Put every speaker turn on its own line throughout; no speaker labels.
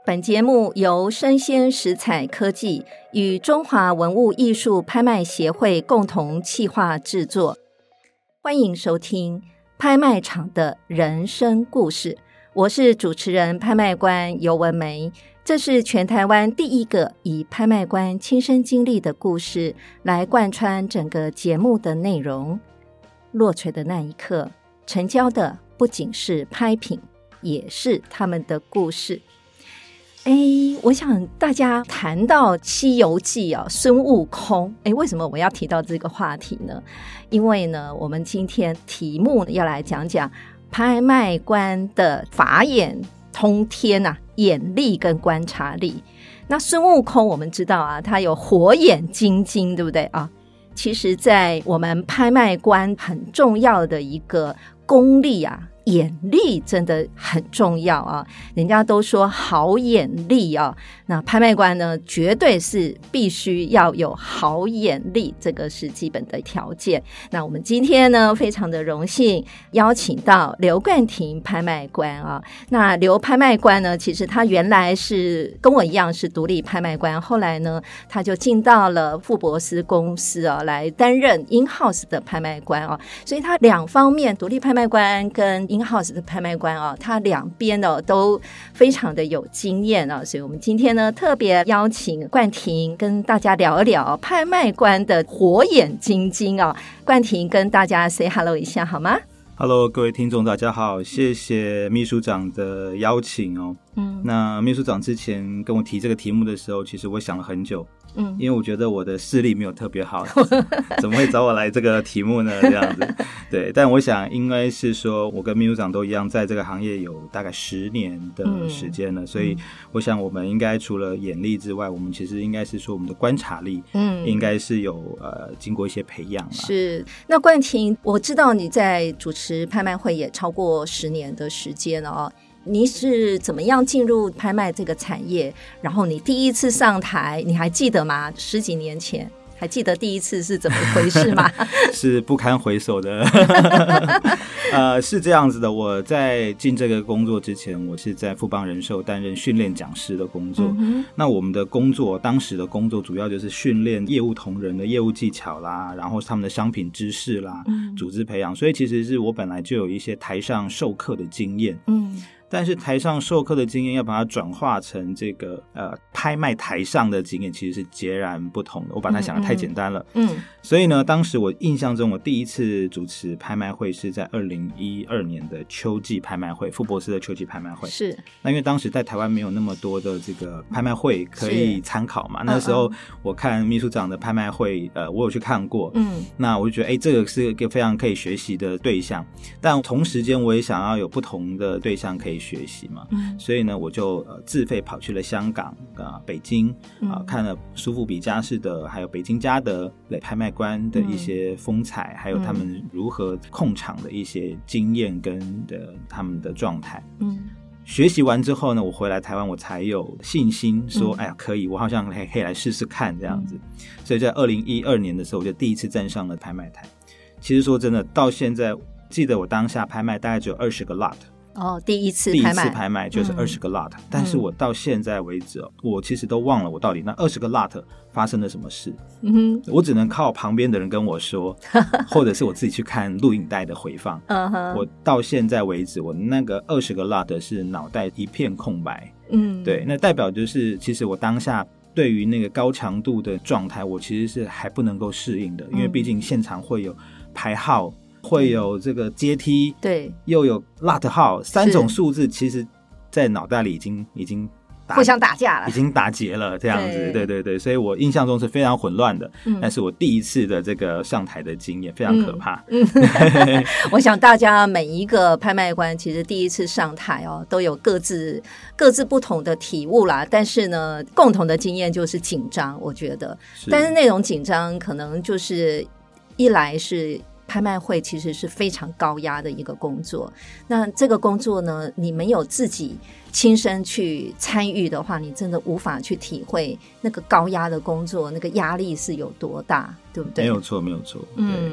本节目由生鲜食材科技与中华文物艺术拍卖协会共同企划制作，欢迎收听拍卖场的人生故事。我是主持人拍卖官尤文梅，这是全台湾第一个以拍卖官亲身经历的故事来贯穿整个节目的内容。落锤的那一刻，成交的不仅是拍品，也是他们的故事。我想大家谈到西游记孙悟空，为什么我要提到这个话题呢？因为呢，我们今天题目要来讲讲拍卖官的法眼通天眼力跟观察力。那孙悟空我们知道他有火眼金睛，对不对其实在我们拍卖官很重要的一个功力眼力真的很重要人家都说好眼力那拍卖官呢绝对是必须要有好眼力，这个是基本的条件。那我们今天呢非常的荣幸邀请到刘冠廷拍卖官那刘拍卖官呢，其实他原来是跟我一样是独立拍卖官，后来呢他就进到了富博斯公司来担任 in-house 的拍卖官所以他两方面，独立拍卖官跟in-house 的拍卖官他两边都非常的有经验所以我们今天呢特别邀请冠廷跟大家聊一聊拍卖官的火眼金睛冠廷跟大家 say hello 一下好吗？
Hello， 各位听众大家好，谢谢秘书长的邀请那秘书长之前跟我提这个题目的时候，其实我想了很久因为我觉得我的视力没有特别好怎么会找我来这个题目呢这样子对，但我想应该是说我跟秘书长都一样在这个行业有大概10年的时间了所以我想我们应该除了眼力之外，我们其实应该是说我们的观察力应该是有经过一些培养
是。那冠廷，我知道你在主持拍卖会也超过10年的时间了你是怎么样进入拍卖这个产业？然后你第一次上台你还记得吗？10几年前还记得第一次是怎么回事吗？
是不堪回首的是这样子的，我在进这个工作之前，我是在富邦人寿担任训练讲师的工作那我们的工作，当时的工作主要就是训练业务同仁的业务技巧啦，然后他们的商品知识啦组织培养，所以其实是我本来就有一些台上授课的经验但是台上授课的经验要把它转化成这个拍卖台上的经验，其实是截然不同的，我把它想得太简单了所以呢，当时我印象中我第一次主持拍卖会是在2012年的秋季拍卖会，富博斯的秋季拍卖会是。那因为当时在台湾没有那么多的这个拍卖会可以参考嘛那时候我看秘书长的拍卖会我有去看过那我就觉得这个是一个非常可以学习的对象，但同时间我也想要有不同的对象可以学习嘛所以呢我就自费跑去了香港北京看了苏富比嘉士的还有北京嘉德拍卖官的一些风采还有他们如何控场的一些经验跟他们的状态学习完之后呢，我回来台湾我才有信心说可以，我好像可以来试试看这样子所以在2012年的时候我就第一次站上了拍卖台。其实说真的，到现在记得我当下拍卖大概只有20个 lot
第一次拍卖
就是20个 lot但是我到现在为止我其实都忘了我到底那20个 lot 发生了什么事我只能靠旁边的人跟我说或者是我自己去看录影带的回放我到现在为止我那个20个 lot 是脑袋一片空白对，那代表就是其实我当下对于那个高强度的状态我其实是还不能够适应的因为毕竟现场会有排号会有这个阶梯对，又有 lot 号3种数字，其实在脑袋里已经
互相打架了，
已经打结了这样子对对对，所以我印象中是非常混乱的但是我第一次的这个上台的经验非常可怕
我想大家每一个拍卖官其实第一次上台都有各自不同的体悟啦，但是呢共同的经验就是紧张，我觉得但是那种紧张可能就是一来是拍卖会其实是非常高压的一个工作，那这个工作呢你没有自己亲身去参与的话，你真的无法去体会那个高压的工作那个压力是有多大，对不对？
没有错没有错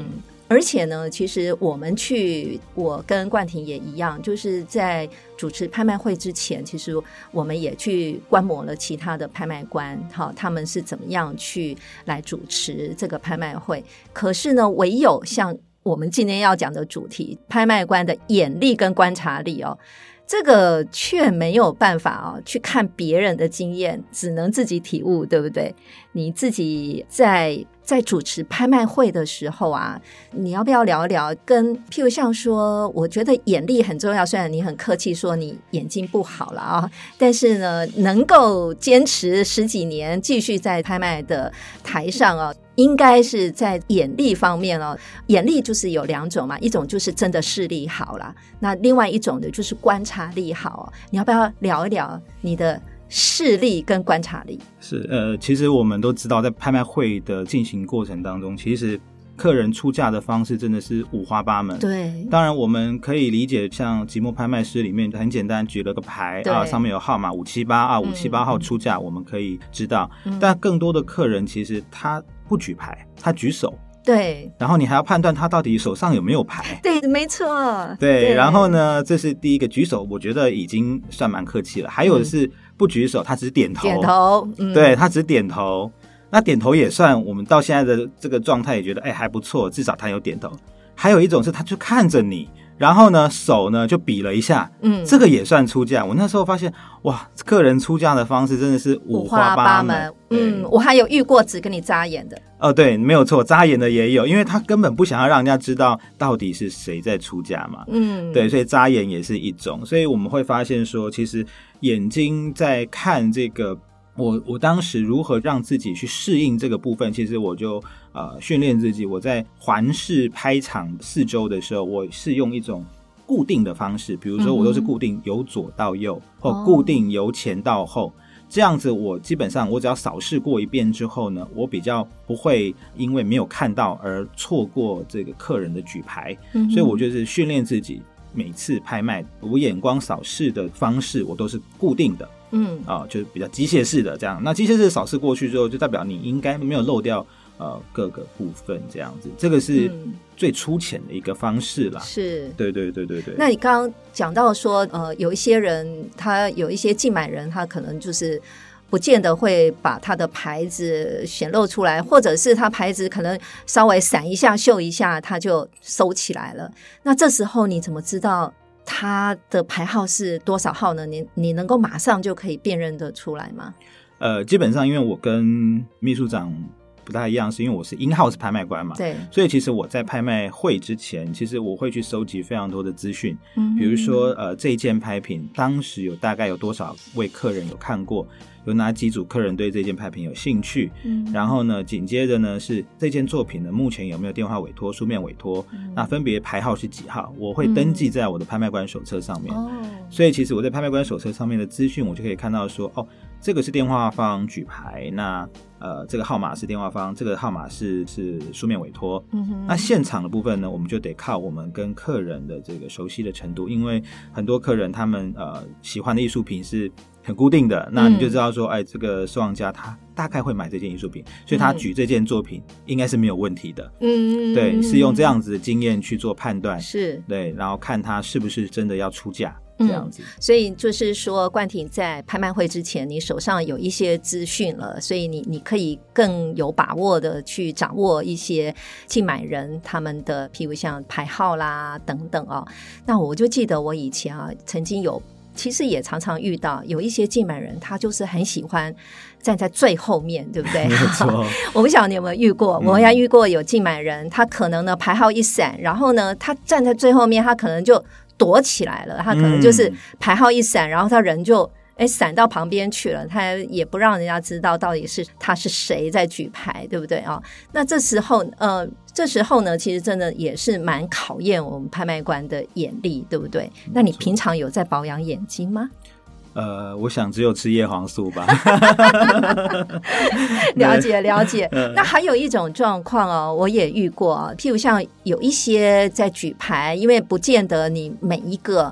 而且呢，其实我跟冠廷也一样，就是在主持拍卖会之前，其实我们也去观摩了其他的拍卖官，他们是怎么样去来主持这个拍卖会。可是呢，唯有像我们今天要讲的主题，拍卖官的眼力跟观察力这个却没有办法去看别人的经验，只能自己体悟，对不对？你自己在主持拍卖会的时候你要不要聊一聊譬如像说，我觉得眼力很重要，虽然你很客气说你眼睛不好了但是呢，能够坚持10几年继续在拍卖的台上应该是在眼力方面眼力就是有2种嘛，一种就是真的视力好啦，那另外一种的就是观察力好你要不要聊一聊你的视力跟观察力？
是其实我们都知道，在拍卖会的进行过程当中，其实客人出价的方式真的是五花八门。
对，
当然我们可以理解，像寂寞拍卖师里面很简单举了个牌上面有号码578578号出价，我们可以知道但更多的客人其实他不举牌，他举手。
对，
然后你还要判断他到底手上有没有牌。
对，没错。
对，然后呢，这是第一个举手，我觉得已经算蛮客气了。还有的是不举手，他只是点头。
点头，
对，他只点头。那点头也算，我们到现在的这个状态也觉得还不错，至少他有点头。还有一种是他就看着你，然后呢手呢就比了一下，这个也算出价。我那时候发现，哇，客人出价的方式真的是五花八门。
我还有遇过只跟你眨眼的。
对，没有错，眨眼的也有，因为他根本不想要让人家知道到底是谁在出价嘛。对，所以眨眼也是一种。所以我们会发现说，其实眼睛在看这个，我当时如何让自己去适应这个部分，其实我就训练自己。我在环视拍场4周的时候，我是用一种固定的方式，比如说我都是固定由左到右，或固定由前到后。这样子我基本上我只要扫视过一遍之后呢，我比较不会因为没有看到而错过这个客人的举牌。所以我就是训练自己，每次拍卖我眼光扫视的方式我都是固定的，就是比较机械式的这样。那机械式扫视过去之后，就代表你应该没有漏掉各个部分这样子，这个是最粗浅的一个方式啦。
是，
对。
那你刚刚讲到说有一些人，他有一些竞买人，他可能就是不见得会把他的牌子显露出来，或者是他牌子可能稍微闪一下秀一下他就收起来了。那这时候你怎么知道他的牌号是多少号呢？你能够马上就可以辨认得出来吗？
基本上因为我跟秘书长不太一样，是因为我是 in-house 拍卖官嘛，
对，
所以其实我在拍卖会之前，其实我会去收集非常多的资讯，比如说这一件拍品当时大概有多少位客人有看过，有哪几组客人对这件拍品有兴趣，然后呢紧接着呢是这件作品呢目前有没有电话委托、书面委托，那分别牌号是几号，我会登记在我的拍卖官手册上面。所以其实我在拍卖官手册上面的资讯，我就可以看到说，这个是电话方举牌，那这个号码是电话方，这个号码是书面委托。那现场的部分呢，我们就得靠我们跟客人的这个熟悉的程度，因为很多客人他们喜欢的艺术品是很固定的，那你就知道说，这个收藏家他大概会买这件艺术品，所以他举这件作品应该是没有问题的。对，是用这样子的经验去做判断，
是对，
然后看他是不是真的要出价。这样子，
所以就是说，冠廷在拍卖会之前，你手上有一些资讯了，所以你可以更有把握的去掌握一些竞买人他们的，譬如像牌号啦等等那我就记得我以前曾经其实也常常遇到有一些竞买人，他就是很喜欢站在最后面，对不对？
没错。
我不晓得你有没有遇过，我还遇过有竞买人，他可能呢牌号一闪，然后呢他站在最后面，他可能就躲起来了，他可能就是牌号一闪，然后他人就闪到旁边去了，他也不让人家知道到底是他是谁在举牌，对不对那这时候呢，其实真的也是蛮考验我们拍卖官的眼力，对不对？那你平常有在保养眼睛吗？
我想只有吃叶黄素吧。
了解。那还有一种状况我也遇过譬如像有一些在举牌，因为不见得你每一个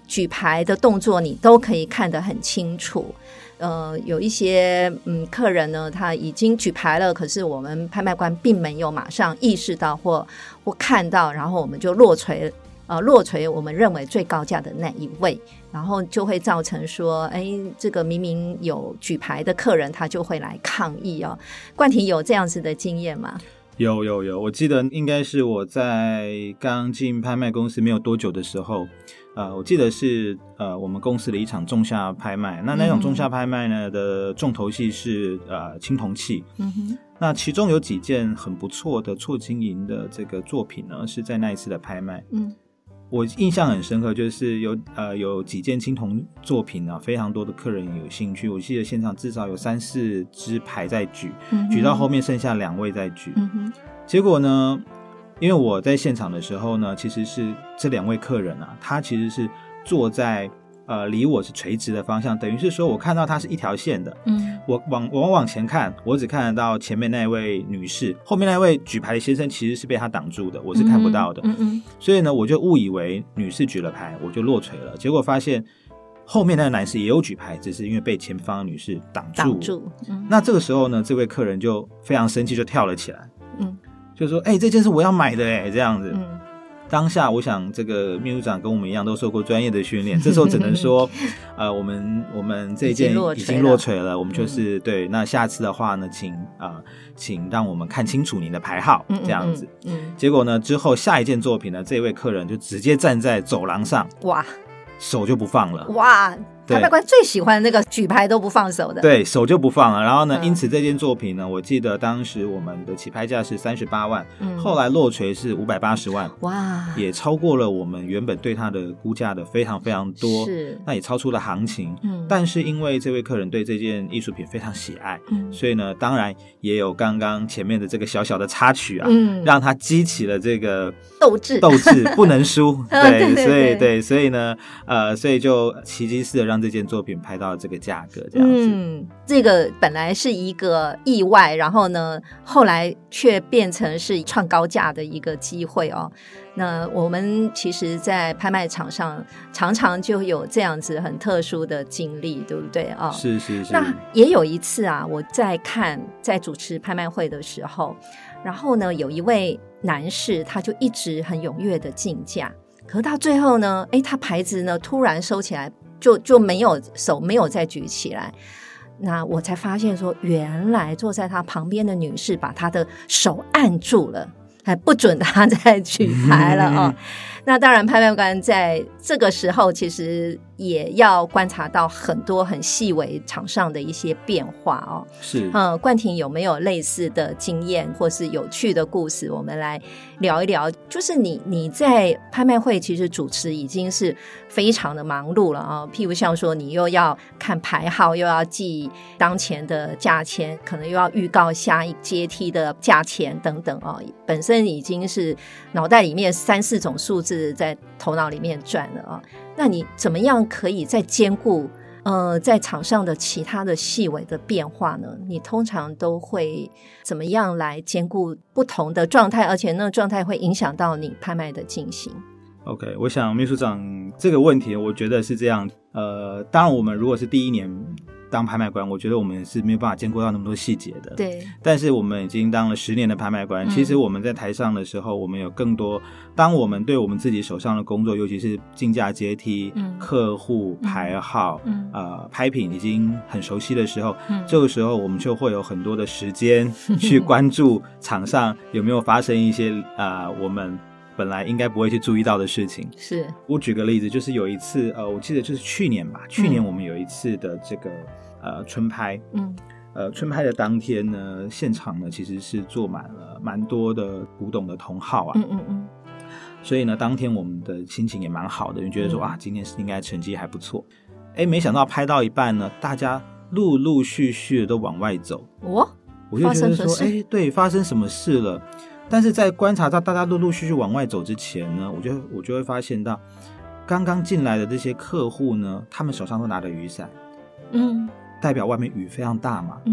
举牌的动作你都可以看得很清楚。有一些客人呢，他已经举牌了，可是我们拍卖官并没有马上意识到或看到，然后我们就落锤我们认为最高价的那一位，然后就会造成说，这个明明有举牌的客人他就会来抗议哦。冠廷有这样子的经验吗？
有，我记得应该是我在刚进拍卖公司没有多久的时候，我记得是我们公司的一场仲夏拍卖。那种仲夏拍卖呢的重头戏是青铜器。那其中有几件很不错的错金银的这个作品呢，是在那一次的拍卖。我印象很深刻，就是有几件青铜作品啊，非常多的客人有兴趣。我记得现场至少有3-4只牌在举，举到后面剩下2位在举。结果呢，因为我在现场的时候呢，其实是这2位客人啊，他其实是坐在离我是垂直的方向，等于是说我看到他是一条线的。我往前看，我只看得到前面那位女士，后面那位举牌的先生其实是被他挡住的，我是看不到的。所以呢，我就误以为女士举了牌，我就落锤了。结果发现后面那个男士也有举牌，只是因为被前方的女士挡住。那这个时候呢，这位客人就非常生气，就跳了起来。就说这件是我要买的这样子。当下我想这个秘书长跟我们一样都受过专业的训练，这时候只能说我们这一件已经落锤了，我们就是对，那下次的话呢，请让我们看清楚您的牌号这样子。结果呢，之后下一件作品呢，这位客人就直接站在走廊上，哇，手就不放了。哇，
拍卖官最喜欢那个举牌都不放手的。
对，手就不放了。然后呢，因此这件作品呢，我记得当时我们的起拍价是38万，后来落锤是580万。哇，也超过了我们原本对它的估价的非常非常多。是，那也超出了行情。但是因为这位客人对这件艺术品非常喜爱，所以呢，当然也有刚刚前面的这个小小的插曲啊，让他激起了这个斗志不能输。对，所以呢，所以就奇迹似的让这件作品拍到这个价格这样子。
这个本来是一个意外，然后呢，后来却变成是创高价的一个机会哦。那我们其实在拍卖场上常常就有这样子很特殊的经历，对不对哦？
是。
那也有一次啊，我在主持拍卖会的时候，然后呢，有一位男士他就一直很踊跃的竞价，可是到最后呢，他牌子呢突然收起来，就没有手没有再举起来。那我才发现说，原来坐在他旁边的女士把他的手按住了，还不准他再举牌了哦。那当然拍卖官在这个时候其实也要观察到很多很细微场上的一些变化哦。
是，
冠廷有没有类似的经验或是有趣的故事，我们来聊一聊。就是你在拍卖会其实主持已经是非常的忙碌了啊，譬如像说你又要看牌号，又要记当前的价钱，可能又要预告下一阶梯的价钱等等哦，本身已经是脑袋里面3-4种数字在头脑里面转了啊。那你怎么样可以再兼顾在场上的其他的细微的变化呢？你通常都会怎么样来兼顾不同的状态，而且那个状态会影响到你拍卖的进行
？OK， 我想秘书长这个问题我觉得是这样，当然我们如果是第一年当拍卖官，我觉得我们是没有办法兼顾到那么多细节的。
对，
但是我们已经当了10年的拍卖官，其实我们在台上的时候，我们有更多，当我们对我们自己手上的工作，尤其是竞价阶梯、客户、牌号、拍品已经很熟悉的时候，这个时候我们就会有很多的时间去关注场上有没有发生一些我们本来应该不会去注意到的事情。
是，我
举个例子，就是有一次我记得就是去年吧，去年我们有一次的这个春拍，春拍的当天呢，现场呢其实是坐满了蛮多的古董的同好啊，所以呢当天我们的心情也蛮好的，就觉得说今天应该成绩还不错。没想到拍到一半呢，大家陆陆续续的都往外走。我就觉得说对，发生什么事了？但是在观察到大家陆陆续续往外走之前呢，我就会发现到刚刚进来的这些客户呢，他们手上都拿着雨伞，代表外面雨非常大嘛，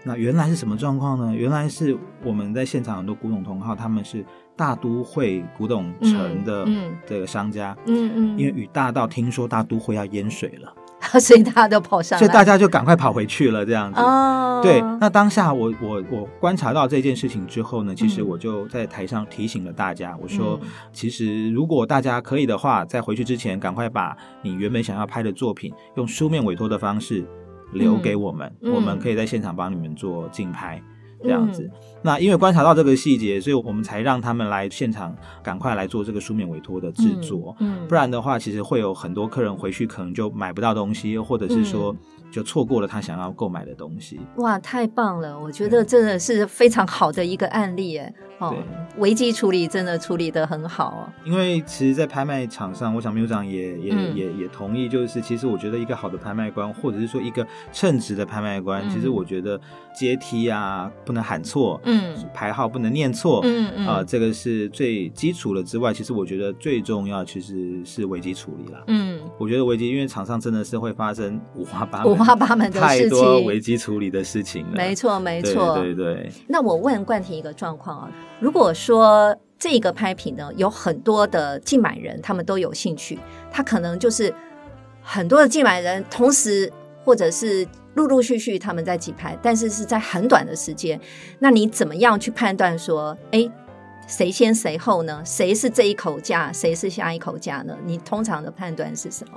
那原来是什么状况呢？原来是我们在现场很多古董同好，他们是大都会古董城的这个商家，因为雨大到听说大都会要淹水了，
所以大家都跑上来，
所以大家就赶快跑回去了这样子。对，那当下我观察到这件事情之后呢，其实我就在台上提醒了大家，我说其实如果大家可以的话，在回去之前赶快把你原本想要拍的作品用书面委托的方式留给我们，我们可以在现场帮你们做竞拍这样子。那因为观察到这个细节，所以我们才让他们来现场赶快来做这个书面委托的制作，不然的话其实会有很多客人回去可能就买不到东西，或者是说就错过了他想要购买的东西。
哇，太棒了，我觉得真的是非常好的一个案例耶。危机处理真的处理得很好
因为其实在拍卖场上，我想秘书长也同意，就是其实我觉得一个好的拍卖官，或者是说一个称职的拍卖官，其实我觉得阶梯啊不能喊错，牌号不能念错，这个是最基础的之外，其实我觉得最重要其实是危机处理啦。我觉得危机，因为场上真的是会发生五花八门的事情，太多危机处理的事情了。
没错没错，
对对对。
那我问冠廷一个状况如果说这个拍品呢有很多的竞买人，他们都有兴趣，他可能就是很多的竞买人同时或者是陆陆续续他们在竞拍，但是是在很短的时间，那你怎么样去判断说谁先谁后呢？谁是这一口价，谁是下一口价呢？你通常的判断是什么？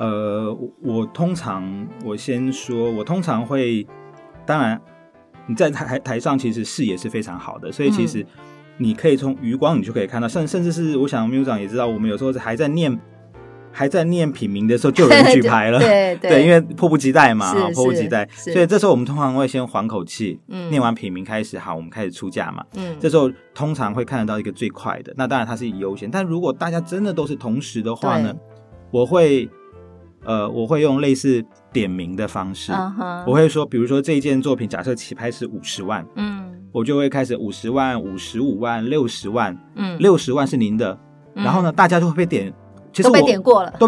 我先说，我通常会，当然你在台上其实视野是非常好的，所以其实你可以从余光你就可以看到，甚至是我想秘书长也知道，我们有时候还在念品名的时候就有人举牌了对，因为迫不及待嘛，迫不及待，所以这时候我们通常会先缓口气，念完品名开始，好，我们开始出价嘛，这时候通常会看得到一个最快的，那当然它是以优先，但如果大家真的都是同时的话呢，我会用类似点名的方式，我会说比如说这一件作品假设起拍是50万，我就会开始50万、55万、60万，60万是您的，然后呢大家就会被点，其实
都被点过了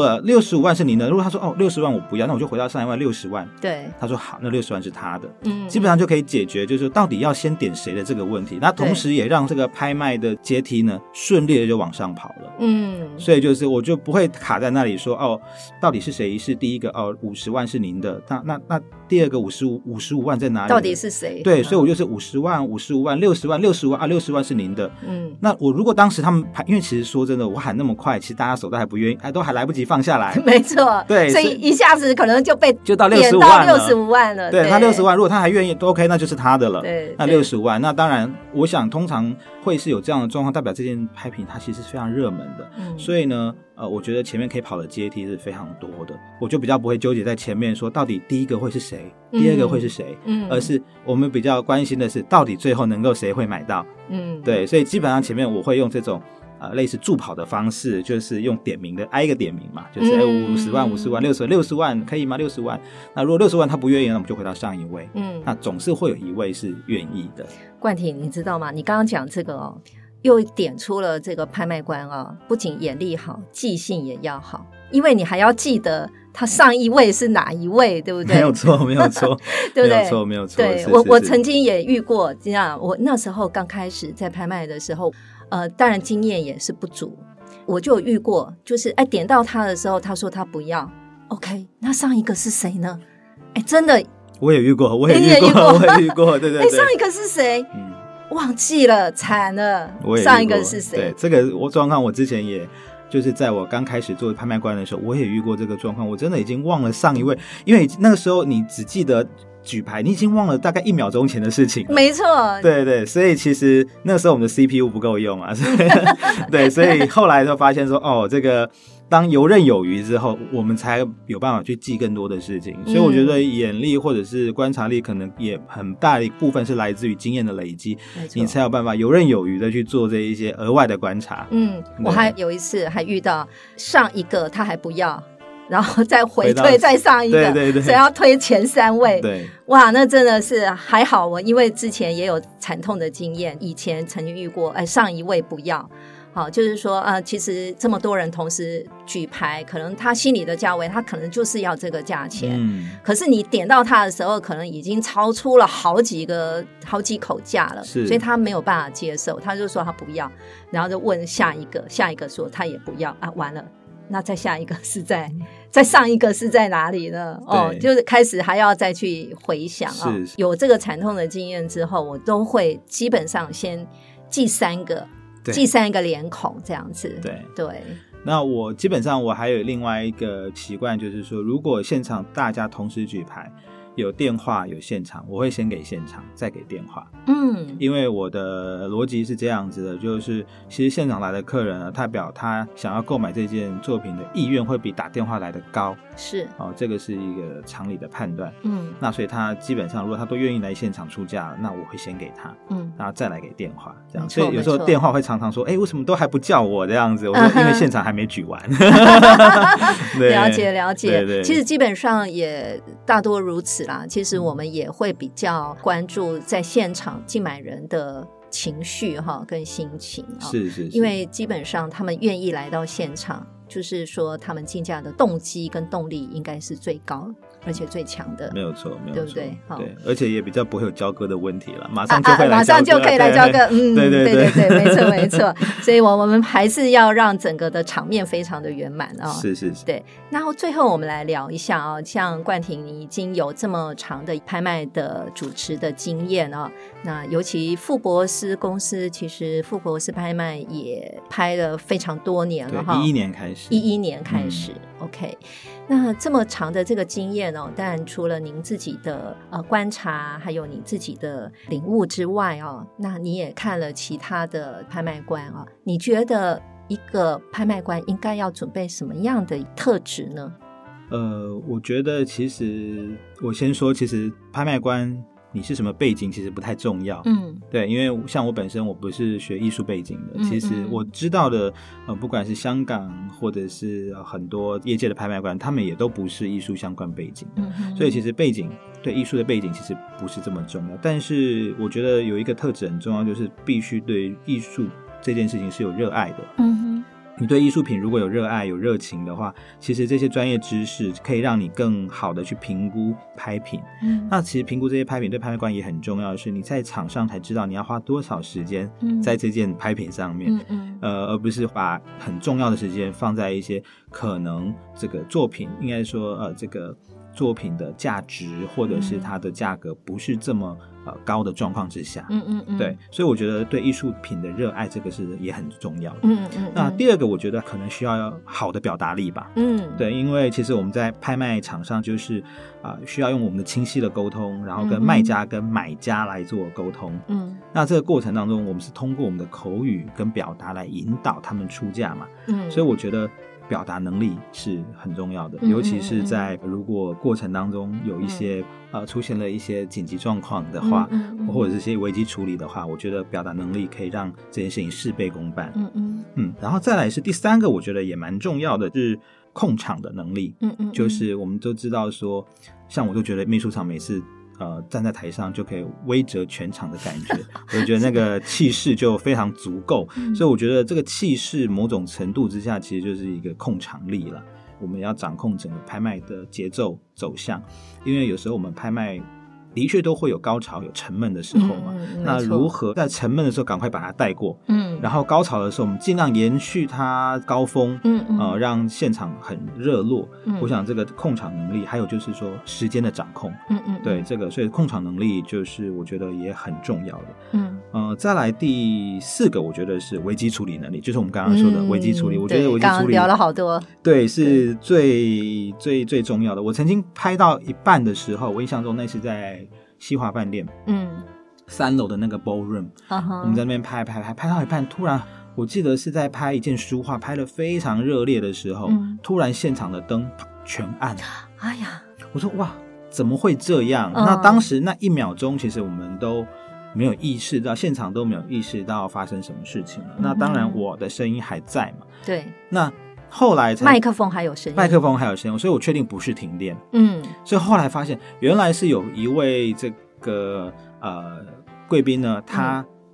65万是您的，如果他说60万我不要，那我就回到上一万60万，
对，
他说好，那60万是他的，基本上就可以解决就是到底要先点谁的这个问题，那同时也让这个拍卖的阶梯呢顺利的就往上跑了，所以就是我就不会卡在那里说到底是谁是第一个50万是您的，那第二个55万在哪里？
到底是谁？
对，所以我就是50万、55万、60万、60万60万是您的。那我如果当时他们因为其实说真的，我喊那么快，其实大家手都还不愿意，都还来不及放下来。
没错，
对，
所以一下子可能就被
就到65
万了。
对，他65万，如果他还愿意都 OK， 那就是他的了。
对，
那65万，那当然，我想通常会是有这样的状况，代表这件拍品它其实是非常热门的。所以呢，我觉得前面可以跑的阶梯是非常多的，我就比较不会纠结在前面说到底第一个会是谁，第二个会是谁，而是我们比较关心的是到底最后能够谁会买到。对，所以基本上前面我会用这种类似助跑的方式，就是用点名的，挨一个点名嘛，就是50万、50万、60万可以吗？60万。那如果60万他不愿意，那我们就回到上一位。那总是会有一位是愿意的。
冠廷，你知道吗？你刚刚讲这个又点出了这个拍卖官不仅眼力好，记性也要好，因为你还要记得他上一位是哪一位，对不对？
没有错，没有错，对不对？没有错。
对，我曾经也遇过这样，我那时候刚开始在拍卖的时候，当然经验也是不足，我就有遇过，就是点到他的时候，他说他不要 ，OK， 那上一个是谁呢？真的，
我也遇过，对对对，
上一个是谁？忘记了，惨了，上一个是谁？
对，这个状况我之前也就是在我刚开始做拍卖官的时候，我也遇过这个状况，我真的已经忘了上一位，因为那个时候你只记得举牌，你已经忘了大概1秒钟前的事情了。
没错，对
对，所以其实那个时候我们的 CPU 不够用啊，对，所以后来就发现说这个当游刃有余之后，我们才有办法去记更多的事情。所以我觉得眼力或者是观察力可能也很大的一部分是来自于经验的累积，你才有办法游刃有余的去做这一些额外的观察。
我还有一次还遇到上一个他还不要，然后再回推再上一个，对，所以要推前3位。
对，
哇，那真的是还好，我因为之前也有惨痛的经验，以前曾经遇过上一位不要， 好，就是说其实这么多人同时举牌，可能他心里的价位他可能就是要这个价钱，可是你点到他的时候可能已经超出了好几口价了，所以他没有办法接受，他就说他不要，然后就问下一个说他也不要啊，完了，那再下一个是再上一个是在哪里呢？就是开始还要再去回想有这个惨痛的经验之后，我都会基本上先记3个脸孔这样子。对，
那我基本上我还有另外一个习惯，就是说如果现场大家同时举牌，有电话有现场，我会先给现场再给电话。因为我的逻辑是这样子的，就是其实现场来的客人呢，他表他想要购买这件作品的意愿会比打电话来的高，
是
这个是一个常理的判断。那所以他基本上如果他都愿意来现场出价，那我会先给他，然后再来给电话这样。所以有时候电话会常常说为什么都还不叫我这样子，我说因为现场还没举完。
了解
对，
其实基本上也大多如此啦。其实我们也会比较关注在现场竞买人的情绪跟心情，
是
因为基本上他们愿意来到现场，就是说他们竞价的动机跟动力应该是最高而且最强的，
没有错，
对不对？
对，而且也比较不会有交割的问题了，马上就会来交割，
马上就可以来交割。
对，
没错。所以我们还是要让整个的场面非常的圆满
是。
对，然后最后我们来聊一下像冠廷，你已经有这么长的拍卖的主持的经验那尤其富博斯公司，其实富博斯拍卖也拍了非常多年了
，11年开始
OK。那这么长的这个经验当然除了您自己的观察还有你自己的领悟之外那你也看了其他的拍卖官你觉得一个拍卖官应该要准备什么样的特质呢？
我觉得其实我先说，其实拍卖官你是什么背景其实不太重要，对，因为像我本身我不是学艺术背景的，其实我知道的不管是香港或者是很多业界的拍卖官，他们也都不是艺术相关背景的，所以其实背景对艺术的背景其实不是这么重要，但是我觉得有一个特质很重要，就是必须对艺术这件事情是有热爱的。你对艺术品如果有热爱有热情的话，其实这些专业知识可以让你更好的去评估拍品。那其实评估这些拍品对拍卖官也很重要的是，你在场上才知道你要花多少时间在这件拍品上面，而不是把很重要的时间放在一些可能这个作品应该说这个作品的价值或者是它的价格不是这么高的状况之下，对，所以我觉得对艺术品的热爱这个是也很重要的。那第二个我觉得可能需要好的表达力吧，对，因为其实我们在拍卖场上就是需要用我们的清晰的沟通，然后跟卖家跟买家来做沟通，那这个过程当中我们是通过我们的口语跟表达来引导他们出价嘛，所以我觉得表达能力是很重要的，尤其是在如果过程当中有一些出现了一些紧急状况的话，或者是一些危机处理的话，我觉得表达能力可以让这件事情事倍功半。然后再来是第三个我觉得也蛮重要的是控场的能力，就是我们都知道说，像我都觉得秘书长每次站在台上就可以威慑全场的感觉我就觉得那个气势就非常足够所以我觉得这个气势某种程度之下其实就是一个控场力了，我们要掌控整个拍卖的节奏走向，因为有时候我们拍卖的确都会有高潮有沉闷的时候嘛，那如何在沉闷的时候赶快把它带过，然后高潮的时候我们尽量延续它高峰，让现场很热络，我想这个控场能力还有就是说时间的掌控，对，这个所以控场能力就是我觉得也很重要的。再来第四个我觉得是危机处理能力，就是我们刚刚说的危机处理，我觉得危机处理
刚刚聊了好多，
对，是最重要的。我曾经拍到一半的时候，我印象中那是在西华饭店3楼的那个 ballroom，我们在那边拍到一半，突然我记得是在拍一件书画，拍得非常热烈的时候，突然现场的灯全暗，
哎呀，
我说哇怎么会这样，那当时那1秒钟其实我们都没有意识到，现场都没有意识到发生什么事情了，那当然我的声音还在嘛，
对，
那后来才
麦克风还有声音，
所以我确定不是停电，所以后来发现原来是有一位这个贵宾呢，他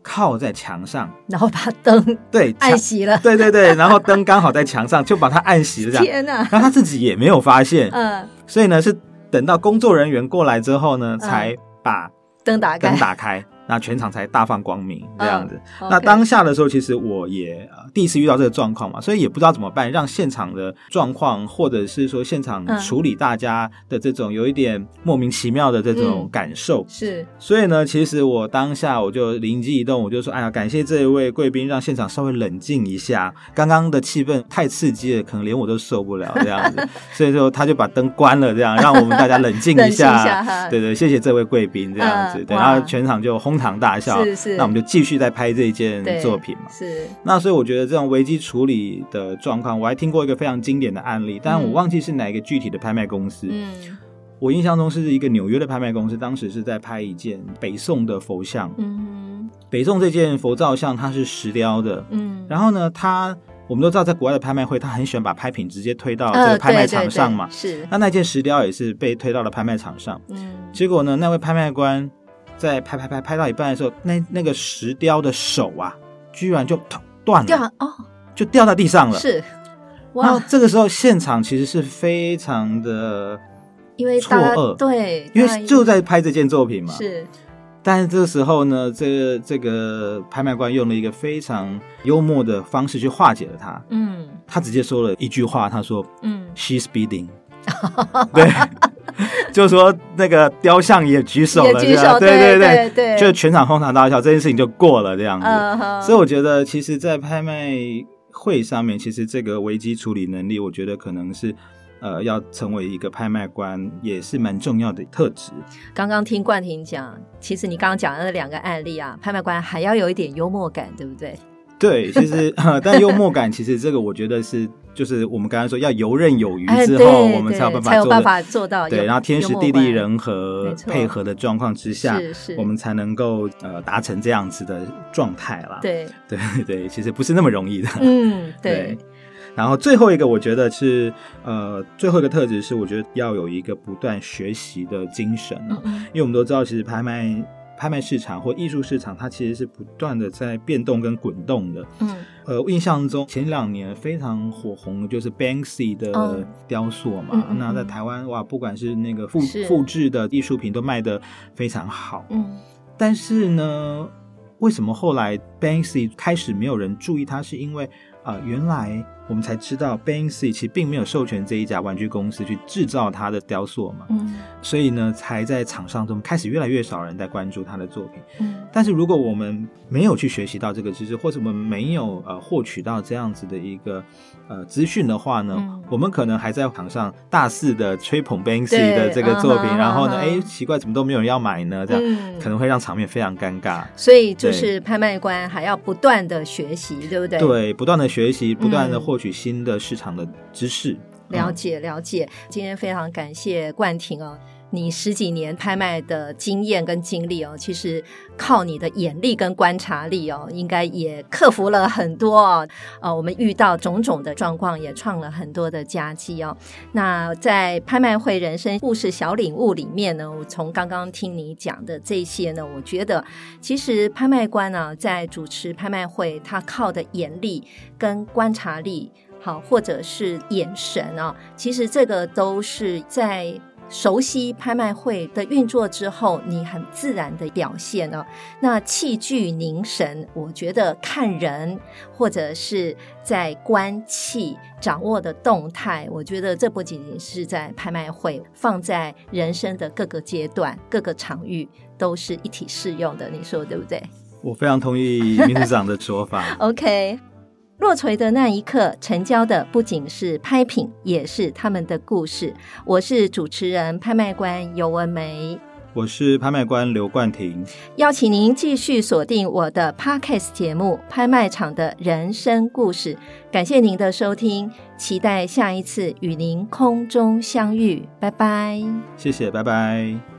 靠在墙上，
然后把灯
对
按熄了，
对对对，然后灯刚好在墙上，就把它按熄了这样。
天哪！
然后他自己也没有发现，所以呢是等到工作人员过来之后呢，才把
灯打开，
那全场才大放光明这样子。那当下的时候，其实我也第一次遇到这个状况嘛，所以也不知道怎么办，让现场的状况，或者是说现场处理大家的这种有一点莫名其妙的这种感受。
是，
所以呢，其实我当下我就灵机一动，我就说，哎呀，感谢这一位贵宾，让现场稍微冷静一下。刚刚的气氛太刺激了，可能连我都受不了这样子。所以说，他就把灯关了，这样让我们大家冷静一下。对对，谢谢这位贵宾这样子。对，然后全场就哄堂大笑。
是，
那我们就继续再拍这一件作品嘛。
是。那
所以我觉得这种危机处理的状况，我还听过一个非常经典的案例，但我忘记是哪一个具体的拍卖公司。我印象中是一个纽约的拍卖公司，当时是在拍一件北宋的佛像。北宋这件佛造像它是石雕的。然后呢，我们都知道在国外的拍卖会，他很喜欢把拍品直接推到这个拍卖场上嘛。
是。
那件石雕也是被推到了拍卖场上。结果呢，那位拍卖官在拍到一半的时候，那个石雕的手啊，居然就断了，就掉到地上了。
是，
哇！然后这个时候现场其实是非常的错愕，
对，
因为就在拍这件作品嘛。
是，
但是这个时候呢，这个拍卖官用了一个非常幽默的方式去化解了它。他直接说了一句话，他说：“She's bleeding。”对。就说那个雕像也举手了，对，就全场哄堂大笑，这件事情就过了这样子。所以我觉得，其实，在拍卖会上面，其实这个危机处理能力，我觉得可能是要成为一个拍卖官也是蛮重要的特质。
刚刚听冠廷讲，其实你刚刚讲的那两个案例啊，拍卖官还要有一点幽默感，对不对？
对，其实但幽默感其实这个我觉得是就是我们刚才说要游刃有余之后，我们才有办法做到。对，然后天时地利人和配合的状况之下，我们才能够达成这样子的状态啦。
对对
对，其实不是那么容易的。
对。
然后最后一个我觉得是最后一个特质是我觉得要有一个不断学习的精神。因为我们都知道其实拍卖市场或艺术市场它其实是不断的在变动跟滚动的。印象中前2年非常火红的就是 Banksy 的雕塑嘛。那在台湾哇，不管是那个复制的艺术品都卖得非常好。但是呢，为什么后来 Banksy 开始没有人注意它，是因为原来我们才知道 Banksy 其实并没有授权这一家玩具公司去制造他的雕塑嘛。所以呢才在场上中开始越来越少人在关注他的作品。但是如果我们没有去学习到这个知识，或者我们没有获取到这样子的一个资讯的话呢，我们可能还在场上大肆的吹捧 Banksy 的这个作品，然后呢奇怪怎么都没有人要买呢，这样可能会让场面非常尴尬。
所以就是拍卖官还要不断的学习，对不对？
对，不断的学习，不断的获取新的市场的知识。
了解。今天非常感谢冠廷哦，你10几年拍卖的经验跟经历哦，其实靠你的眼力跟观察力哦，应该也克服了很多我们遇到种种的状况，也创了很多的佳绩哦。那在拍卖会人生故事小领悟里面呢，我从刚刚听你讲的这些呢，我觉得其实拍卖官呢，在主持拍卖会，他靠的眼力跟观察力好，或者是眼神其实这个都是在熟悉拍卖会的运作之后你很自然的表现那器具凝神，我觉得看人或者是在观气掌握的动态，我觉得这不仅仅是在拍卖会，放在人生的各个阶段各个场域都是一体适用的，你说对不对？
我非常同意秘书长的说法。
OK，落锤的那一刻，成交的不仅是拍品，也是他们的故事。我是主持人拍卖官尤文梅，
我是拍卖官刘冠廷，
邀请您继续锁定我的 Podcast 节目《拍卖场的人生故事》。感谢您的收听，期待下一次与您空中相遇，拜拜。
谢谢，拜拜。